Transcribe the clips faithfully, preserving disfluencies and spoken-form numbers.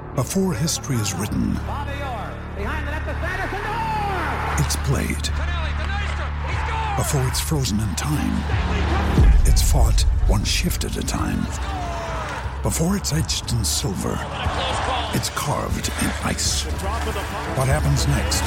Before history is written, it's played. Before it's frozen in time, it's fought one shift at a time. Before it's etched in silver, it's carved in ice. What happens next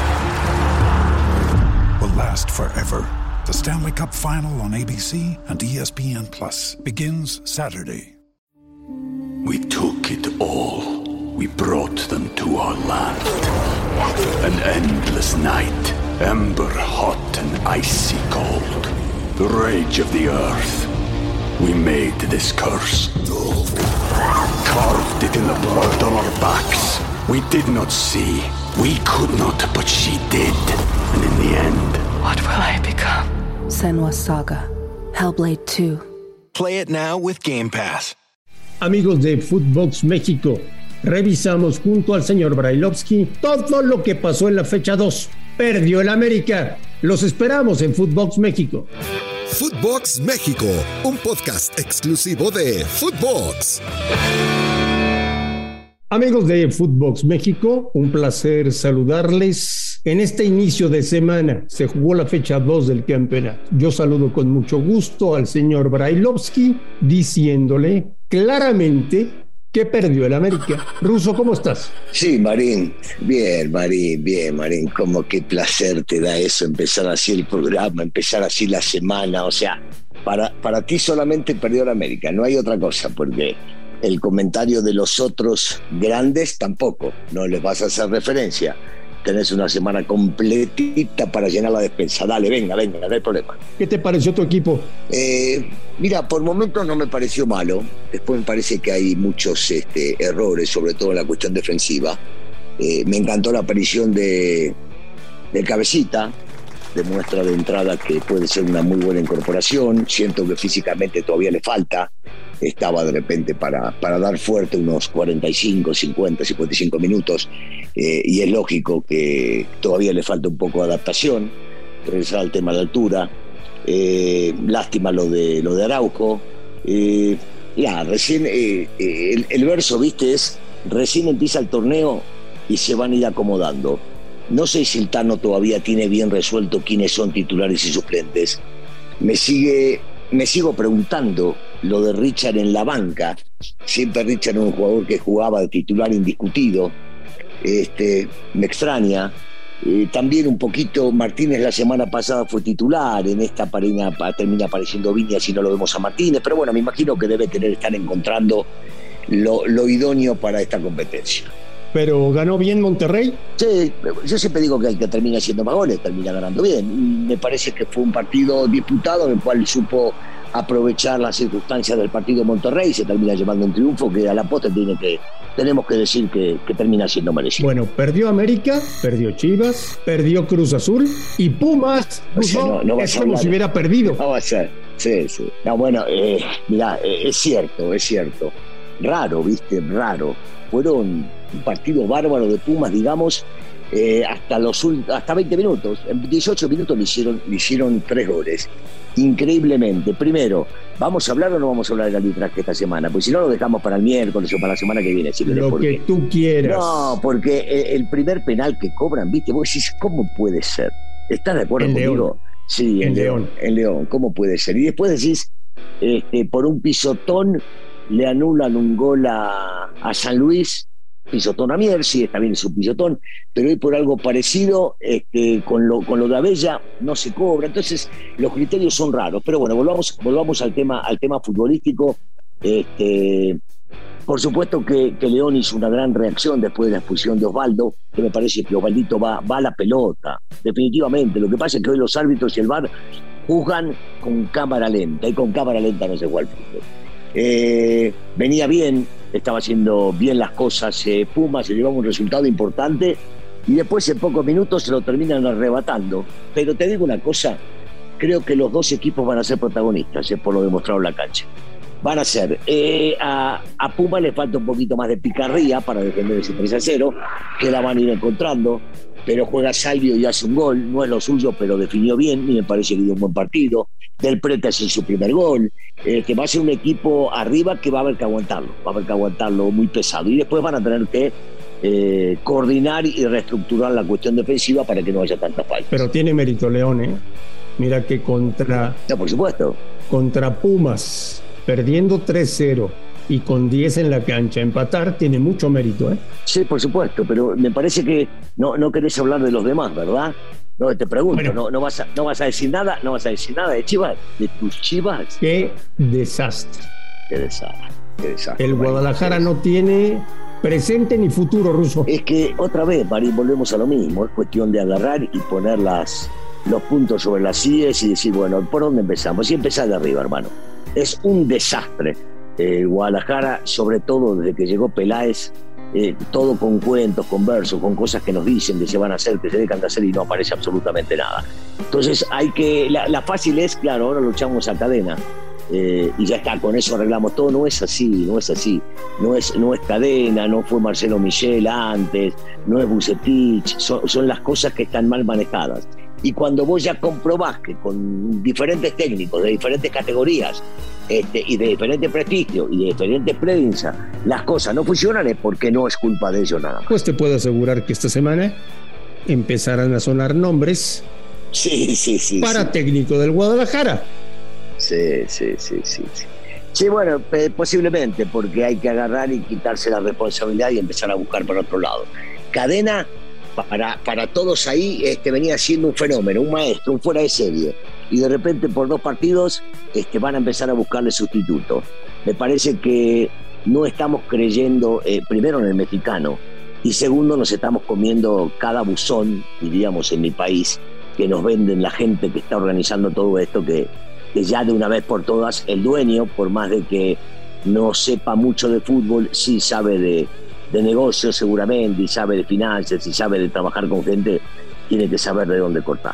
will last forever. The Stanley Cup Final on A B C and E S P N Plus begins Saturday. We took it all. We brought them to our land. An endless night, ember hot and icy cold. The rage of the earth. We made this curse. Carved it in the blood on our backs. We did not see. We could not, but she did. And in the end... What will I become? Senua's Saga. Hellblade two. Play it now with Game Pass. Amigos de Footbox México, revisamos junto al señor Brailovsky todo lo que pasó en la fecha dos. Perdió el América. Los esperamos en Footbox México. Footbox México, un podcast exclusivo de Footbox. Amigos de Footbox México, un placer saludarles. En este inicio de semana se jugó la fecha dos del campeonato. Yo saludo con mucho gusto al señor Brailovsky diciéndole claramente que perdió el América. Ruso, ¿cómo estás? Sí, Marín, bien, Marín, bien, Marín. Como qué placer te da eso, empezar así el programa, empezar así la semana. O sea, para, para ti solamente perdió el América, no hay otra cosa, porque el comentario de los otros grandes tampoco, no les vas a hacer referencia. Tenés una semana completita para llenar la despensa. Dale, venga, venga, no hay problema. ¿Qué te pareció tu equipo? Eh, mira, por momentos no me pareció malo. Después me parece que hay muchos este, errores, sobre todo en la cuestión defensiva. Eh, me encantó la aparición de, de Cabecita. Demuestra de entrada que puede ser una muy buena incorporación. Siento que físicamente todavía le falta. Estaba de repente para, para dar fuerte unos cuarenta y cinco, cincuenta, cincuenta y cinco minutos. Eh, y es lógico que todavía le falta un poco de adaptación. Regresar al tema de altura. Eh, lástima lo de, lo de Araujo. Eh, ya, recién eh, eh, el, el verso, viste, es recién empieza el torneo y se van a ir acomodando. No sé si el Tano todavía tiene bien resuelto quiénes son titulares y suplentes. Me sigue, me sigo preguntando lo de Richard en la banca. Siempre Richard era un jugador que jugaba de titular indiscutido. Este, me extraña. Eh, también un poquito Martínez la semana pasada fue titular. En esta parina, termina apareciendo Viña si no lo vemos a Martínez. Pero bueno, me imagino que debe querer estar encontrando lo, lo idóneo para esta competencia. ¿Pero ganó bien Monterrey? Sí, yo siempre digo que el que termina haciendo más goles termina ganando bien. Me parece que fue un partido disputado en el cual supo aprovechar las circunstancias del partido de Monterrey y se termina llevando un triunfo que a la postre tiene que, tenemos que decir que, que termina siendo merecido. Bueno, perdió América, perdió Chivas, perdió Cruz Azul y Pumas. O sea, no, no es como si hubiera perdido. No va a ser, sí, sí. No, bueno, eh, mirá, eh, es cierto, es cierto. Raro, viste, raro. Fueron un partido bárbaro de Pumas, digamos, eh, hasta los hasta veinte minutos. En dieciocho minutos le hicieron, le hicieron tres goles. Increíblemente. Primero, ¿vamos a hablar o no vamos a hablar del arbitraje esta semana? Pues si no, lo dejamos para el miércoles o para la semana que viene. Si lo que qué. tú quieras. No, porque el primer penal que cobran, viste, vos decís, ¿cómo puede ser? ¿Estás de acuerdo en conmigo? León. Sí, en, en León. León. En León, ¿cómo puede ser? Y después decís, este, por un pisotón le anulan un gol a, a San Luis, pisotón a Mier, sí, está bien, es un pisotón, pero hoy por algo parecido, este, con, lo, con lo de Abella, no se cobra. Entonces, los criterios son raros. Pero bueno, volvamos, volvamos al tema, al tema futbolístico. Este, por supuesto que, que León hizo una gran reacción después de la expulsión de Osvaldo, que me parece que Osvaldito va, va a la pelota, definitivamente. Lo que pasa es que hoy los árbitros y el V A R juzgan con cámara lenta, y con cámara lenta no se juega el fútbol. Eh, venía bien, estaba haciendo bien las cosas eh, Pumas, se llevaba un resultado importante y después en pocos minutos se lo terminan arrebatando. Pero te digo una cosa, creo que los dos equipos van a ser protagonistas, eh, por lo demostrado en la cancha. Van a ser, eh, a, a Pumas le falta un poquito más de picardía para defender ese tres a cero, que la van a ir encontrando. pero juega Salvio y hace un gol, no es lo suyo, pero definió bien y me parece que dio un buen partido. Del Prete hace su primer gol, eh, que va a ser un equipo arriba que va a haber que aguantarlo, va a haber que aguantarlo muy pesado y después van a tener que eh, coordinar y reestructurar la cuestión defensiva para que no haya tanta falta. Pero tiene mérito León, ¿eh? Mira que contra, no, por supuesto. Contra Pumas, perdiendo tres cero y con diez en la cancha, empatar tiene mucho mérito, ¿eh? Sí, por supuesto, pero me parece que no, no querés hablar de los demás, ¿verdad? No, te pregunto, bueno, no, no, vas a, no vas a decir nada, no vas a decir nada de Chivas, de tus Chivas. Qué desastre. Qué desastre, qué desastre. El Guadalajara no tiene presente ni futuro, Ruso. Es que otra vez, Marín, volvemos a lo mismo, es cuestión de agarrar y poner las, los puntos sobre las sillas y decir, bueno, ¿por dónde empezamos? Y empezar de arriba, hermano. Es un desastre. Eh, Guadalajara, sobre todo desde que llegó Peláez, eh, todo con cuentos, con versos, con cosas que nos dicen que se van a hacer, que se dejan de hacer y no aparece absolutamente nada. Entonces hay que, la, la fácil es, claro, ahora luchamos a Cadena eh, y ya está, con eso arreglamos todo. No es así, no es así. No es, no es Cadena, no fue Marcelo Michel antes, no es Vucetich, son, son las cosas que están mal manejadas. Y cuando vos ya comprobás que con diferentes técnicos de diferentes categorías este, y de diferente prestigio y de diferente prensa las cosas no funcionan, es porque no es culpa de ellos nada más. Pues te puedo asegurar que esta semana empezarán a sonar nombres sí, sí, sí, para sí. técnico del Guadalajara. Sí, sí, sí, sí, sí. Sí, bueno, eh, posiblemente, porque hay que agarrar y quitarse la responsabilidad y empezar a buscar por otro lado. Cadena, para, para todos ahí, este, venía siendo un fenómeno, un maestro, un fuera de serie. Y de repente, por dos partidos, este, van a empezar a buscarle sustituto. Me parece que no estamos creyendo, eh, primero, en el mexicano, y segundo, nos estamos comiendo cada buzón, diríamos en mi país, que nos venden la gente que está organizando todo esto, que, que ya de una vez por todas, el dueño, por más de que no sepa mucho de fútbol, sí sabe de, de negocios seguramente, y sabe de finanzas, y sabe de trabajar con gente, tiene que saber de dónde cortar.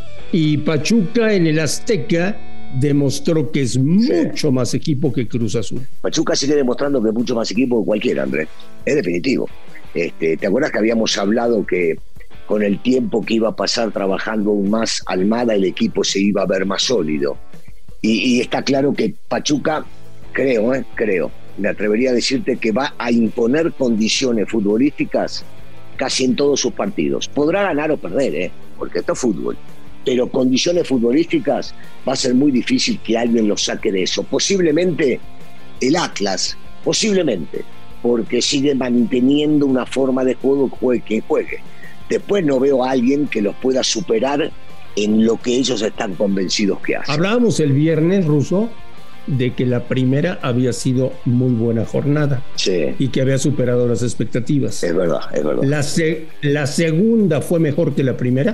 Y Pachuca en el Azteca demostró que es mucho sí. más equipo que Cruz Azul. Pachuca sigue demostrando que es mucho más equipo que cualquiera, Andrés. Es definitivo. Este, ¿te acuerdas que habíamos hablado que con el tiempo que iba a pasar trabajando aún más Almada, el equipo se iba a ver más sólido? Y, y está claro que Pachuca, creo, eh, creo, me atrevería a decirte que va a imponer condiciones futbolísticas casi en todos sus partidos. Podrá ganar o perder, eh, porque esto es fútbol. Pero condiciones futbolísticas va a ser muy difícil que alguien lo saque de eso. Posiblemente el Atlas, posiblemente, porque sigue manteniendo una forma de juego que juegue quien juegue. Después no veo a alguien que los pueda superar en lo que ellos están convencidos que hacen. Hablábamos el viernes, Ruso, de que la primera había sido muy buena jornada sí. y que había superado las expectativas. Es verdad, es verdad. La, se- la segunda fue mejor que la primera.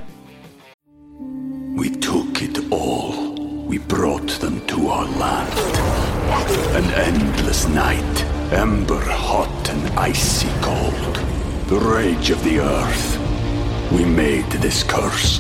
We took it all. We brought them to our land. An endless night, ember hot and icy cold. The rage of the earth. We made this curse.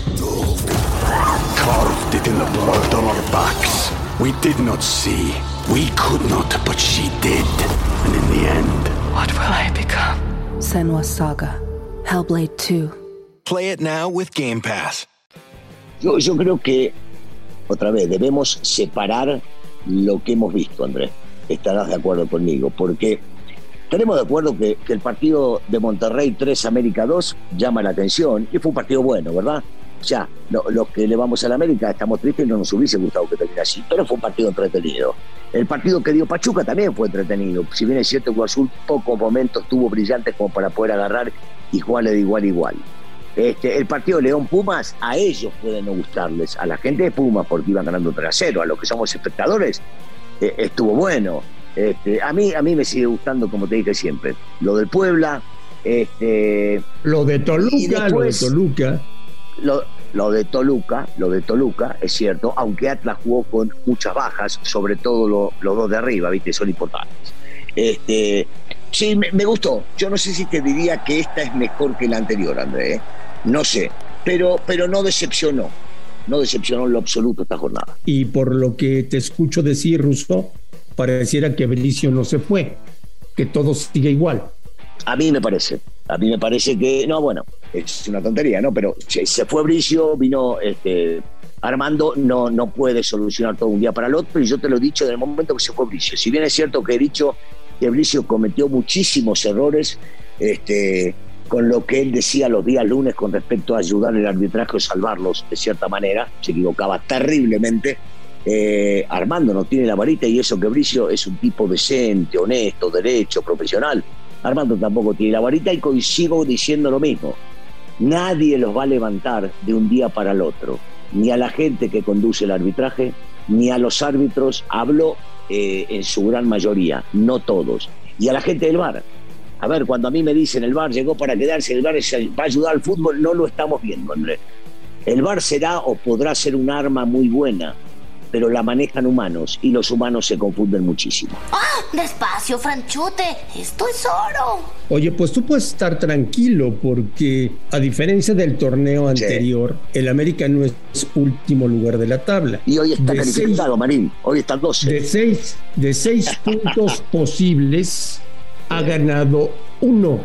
Carved it in the blood on our backs. We did not see. We could not, but she did. And in the end... What will I become? Senua's Saga. Hellblade two. Play it now with Game Pass. Yo, yo creo que, otra vez, debemos separar lo que hemos visto, Andrés. Estarás de acuerdo conmigo, porque tenemos de acuerdo que, que el partido de Monterrey tres América dos llama la atención y fue un partido bueno, ¿verdad? O sea, lo, los que le vamos a la América estamos tristes y no nos hubiese gustado que termine así, pero fue un partido entretenido. El partido que dio Pachuca también fue entretenido. Si bien es cierto que Cruz Azul pocos momentos tuvo brillantes como para poder agarrar y jugarle de igual a igual. Este, el partido de León Pumas, a ellos puede no gustarles, a la gente de Pumas porque iban ganando tres a cero, a los que somos espectadores eh, estuvo bueno. Este, a mí a mí me sigue gustando, como te dije siempre, lo del Puebla, este, lo de Toluca, después, lo de Toluca. Lo, lo de Toluca, lo de Toluca, es cierto, aunque Atlas jugó con muchas bajas, sobre todo lo, los dos de arriba, viste, son importantes. Este, sí, me, me gustó. Yo no sé si te diría que esta es mejor que la anterior, André, ¿eh? No sé, pero, pero no decepcionó, no decepcionó en lo absoluto esta jornada. Y por lo que te escucho decir, Russo, pareciera que Bricio no se fue, que todo sigue igual. A mí me parece, a mí me parece que, no, bueno, es una tontería, ¿no? Pero se, se fue Bricio, vino este, Armando, no, no puede solucionar todo un día para el otro, y yo te lo he dicho desde el momento que se fue Bricio. Si bien es cierto que he dicho que Bricio cometió muchísimos errores, este, con lo que él decía los días lunes con respecto a ayudar al arbitraje o salvarlos de cierta manera, se equivocaba terriblemente. Eh, Armando no tiene la varita, y eso que Bricio es un tipo decente, honesto, derecho, profesional. Armando tampoco tiene la varita, y sigo diciendo lo mismo. Nadie los va a levantar de un día para el otro, ni a la gente que conduce el arbitraje, ni a los árbitros. Hablo eh, en su gran mayoría, no todos, y a la gente del V A R. A ver, cuando a mí me dicen el V A R llegó para quedarse, el V A R va a ayudar al fútbol, no lo estamos viendo, Andrés. El V A R será o podrá ser un arma muy buena, pero la manejan humanos, y los humanos se confunden muchísimo. ¡Ah! Despacio, Franchute, esto es oro. Oye, pues tú puedes estar tranquilo, porque a diferencia del torneo anterior, sí, el América no es último lugar de la tabla. Y hoy está calificado, Marín, hoy están doce. De seis, de seis puntos posibles, ha ganado uno.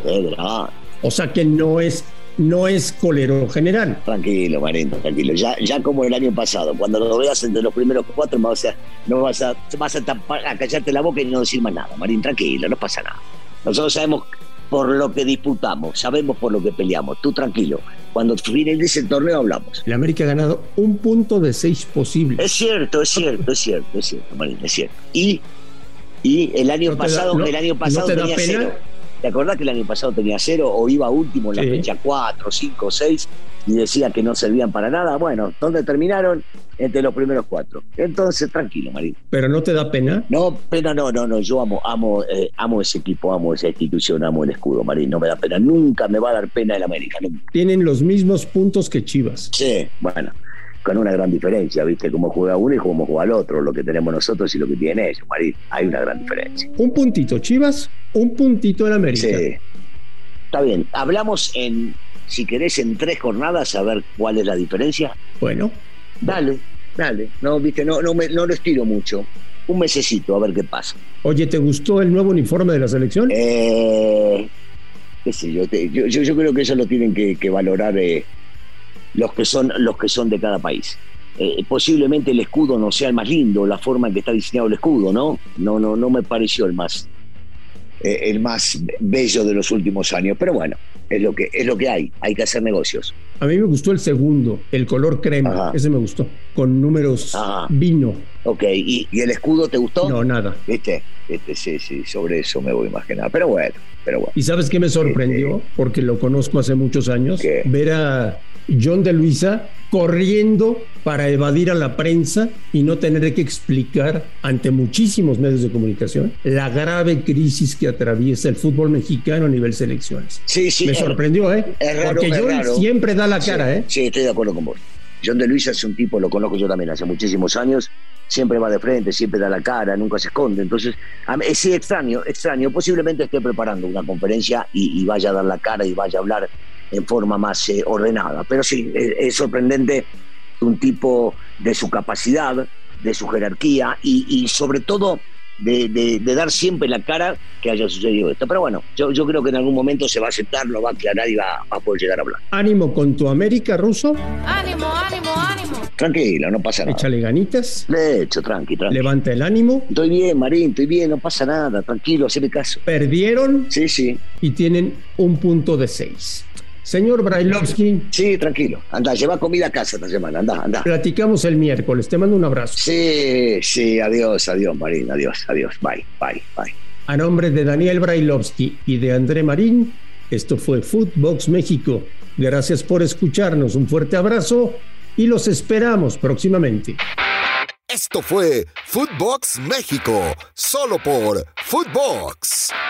O sea que no es... no es colero general. Tranquilo, Marín, tranquilo. Ya, ya como el año pasado, cuando lo veas entre los primeros cuatro, vas a, no vas a, vas a, tapar, a callarte la boca y no decir más nada. Marín, tranquilo, no pasa nada. Nosotros sabemos por lo que disputamos, sabemos por lo que peleamos. Tú tranquilo. Cuando finalice el torneo hablamos. El América ha ganado un punto de seis posibles. Es cierto, es cierto, es cierto, es cierto, Marín, es cierto. Y, y el año ¿No pasado, da, no, el año pasado ¿no te tenía da pena? Cero. ¿Te acordás que el año pasado tenía cero o iba último en la sí. fecha cuatro, cinco, seis y decía que no servían para nada? Bueno, ¿dónde terminaron? Entre los primeros cuatro. Entonces, tranquilo, Marín. ¿Pero no te da pena? No, pena no, no, no. Yo amo, amo, eh, amo ese equipo, amo esa institución, amo el escudo, Marín. No me da pena. Nunca me va a dar pena el América. Nunca. Tienen los mismos puntos que Chivas. Sí, bueno, con una gran diferencia, ¿viste? Cómo juega uno y cómo juega el otro, lo que tenemos nosotros y lo que tienen ellos, Marín. Hay una gran diferencia. Un puntito Chivas, un puntito el América. Sí. Está bien. Hablamos en, si querés, en tres jornadas a ver cuál es la diferencia. Bueno. Dale, dale. No, viste, no, no, me, no lo estiro mucho. Un mesecito, a ver qué pasa. Oye, ¿te gustó el nuevo uniforme de la selección? Eh, qué sé yo, te, yo, yo, yo creo que eso lo tienen que, que valorar eh, los que son los que son de cada país. Eh, posiblemente el escudo no sea el más lindo, la forma en que está diseñado el escudo, ¿no? No, no, no me pareció el más eh, el más bello de los últimos años, pero bueno, es lo que es lo que hay, hay que hacer negocios. A mí me gustó el segundo, el color crema. Ajá. Ese me gustó, con números Ajá. vino. Ok, ¿Y, ¿y el escudo te gustó? No, nada. ¿Viste? Este, sí, sí, sobre eso me voy más que nada, pero bueno, pero bueno. ¿Y sabes qué me sorprendió? Este, porque lo conozco hace muchos años, ¿qué? Ver a John de Luisa corriendo para evadir a la prensa y no tener que explicar ante muchísimos medios de comunicación la grave crisis que atraviesa el fútbol mexicano a nivel selecciones. Sí, sí. Me es, sorprendió, ¿eh? Es raro, porque es John raro. siempre da la cara, sí, ¿eh? Sí, estoy de acuerdo con vos. John de Luisa es un tipo, lo conozco yo también hace muchísimos años, siempre va de frente, siempre da la cara, nunca se esconde. Entonces, a mí, sí, extraño, extraño. Posiblemente esté preparando una conferencia y, y vaya a dar la cara y vaya a hablar en forma más eh, ordenada. Pero sí, es, es sorprendente un tipo de su capacidad, de su jerarquía y, y sobre todo de, de, de dar siempre la cara que haya sucedido esto. Pero bueno, yo, yo creo que en algún momento se va a aceptar, lo va a aclarar y va, va a poder llegar a hablar. Ánimo con tu América, Ruso. Ánimo, ánimo, ánimo. Tranquilo, no pasa nada. Échale ganitas. Le echo, tranqui, tranqui. Levanta el ánimo. Estoy bien, Marín, estoy bien, no pasa nada, tranquilo, haceme caso. Perdieron. Sí, sí. Y tienen un punto de seis. Señor Brailovsky. Sí, tranquilo. Anda, lleva comida a casa esta semana. Anda, anda. Platicamos el miércoles. Te mando un abrazo. Sí, sí. Adiós, adiós, Marín. Adiós, adiós. Bye, bye, bye. A nombre de Daniel Brailovsky y de André Marín, esto fue Footbox México. Gracias por escucharnos. Un fuerte abrazo y los esperamos próximamente. Esto fue Footbox México, solo por Footbox.